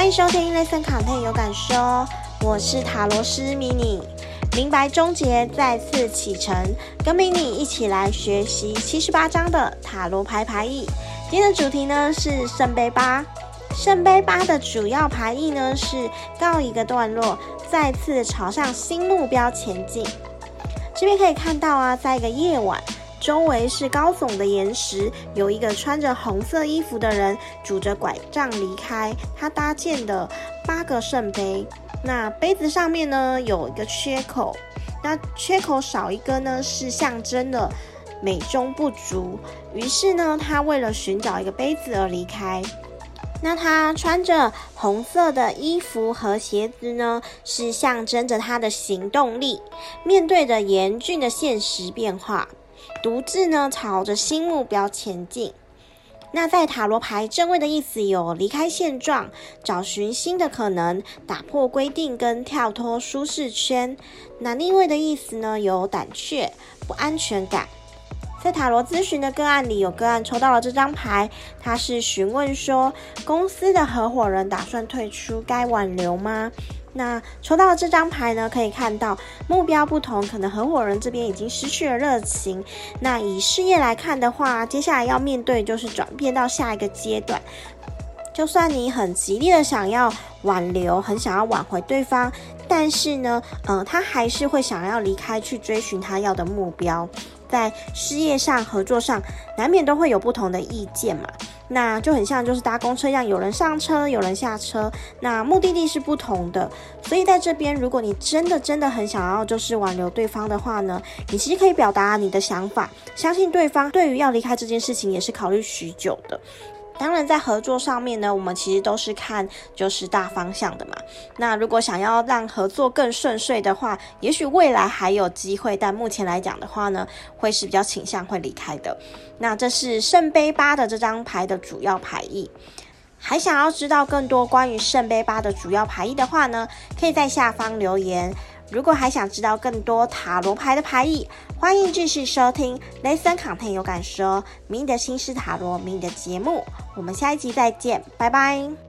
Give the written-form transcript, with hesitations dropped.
迎收听 Listen Content 有感说，我是塔罗师迷你，明白终结再次启程，跟迷你一起来学习78张的塔罗牌牌意。今天的主题呢是圣杯八。圣杯八的主要牌意呢是告一个段落，再次朝向新目标前进。这边可以看到啊，在一个夜晚，周围是高耸的岩石，有一个穿着红色衣服的人拄着拐杖离开他搭建的8个圣杯。那杯子上面呢有一个缺口，那缺口少一个呢是象征的美中不足，于是呢他为了寻找一个杯子而离开。那他穿着红色的衣服和鞋子呢，是象征着他的行动力，面对着严峻的现实变化，独自呢朝着新目标前进。那在塔罗牌正位的意思有离开现状，找寻新的可能，打破规定跟跳脱舒适圈。那逆位的意思呢有胆怯、不安全感。在塔罗咨询的个案里，有个案抽到了这张牌，他是询问说公司的合伙人打算退出，该挽留吗？那抽到了这张牌呢，可以看到目标不同，可能合伙人这边已经失去了热情。那以事业来看的话，接下来要面对就是转变到下一个阶段。就算你很极力的想要挽留，很想要挽回对方，但是呢，他还是会想要离开去追寻他要的目标。在事业上、合作上，难免都会有不同的意见嘛。那就很像就是搭公车一样，有人上车，有人下车，那目的地是不同的。所以在这边，如果你真的很想要就是挽留对方的话呢，你其实可以表达你的想法，相信对方对于要离开这件事情也是考虑许久的。当然在合作上面呢，我们其实都是看就是大方向的嘛。那如果想要让合作更顺遂的话，也许未来还有机会，但目前来讲的话呢，会是比较倾向会离开的。那这是圣杯八的这张牌的主要牌意。还想要知道更多关于圣杯八的主要牌意的话呢，可以在下方留言。如果还想知道更多塔罗牌的牌意，欢迎继续收听 Listen Content 有感说迷你的心事塔罗迷你的节目。我们下一集再见，拜拜。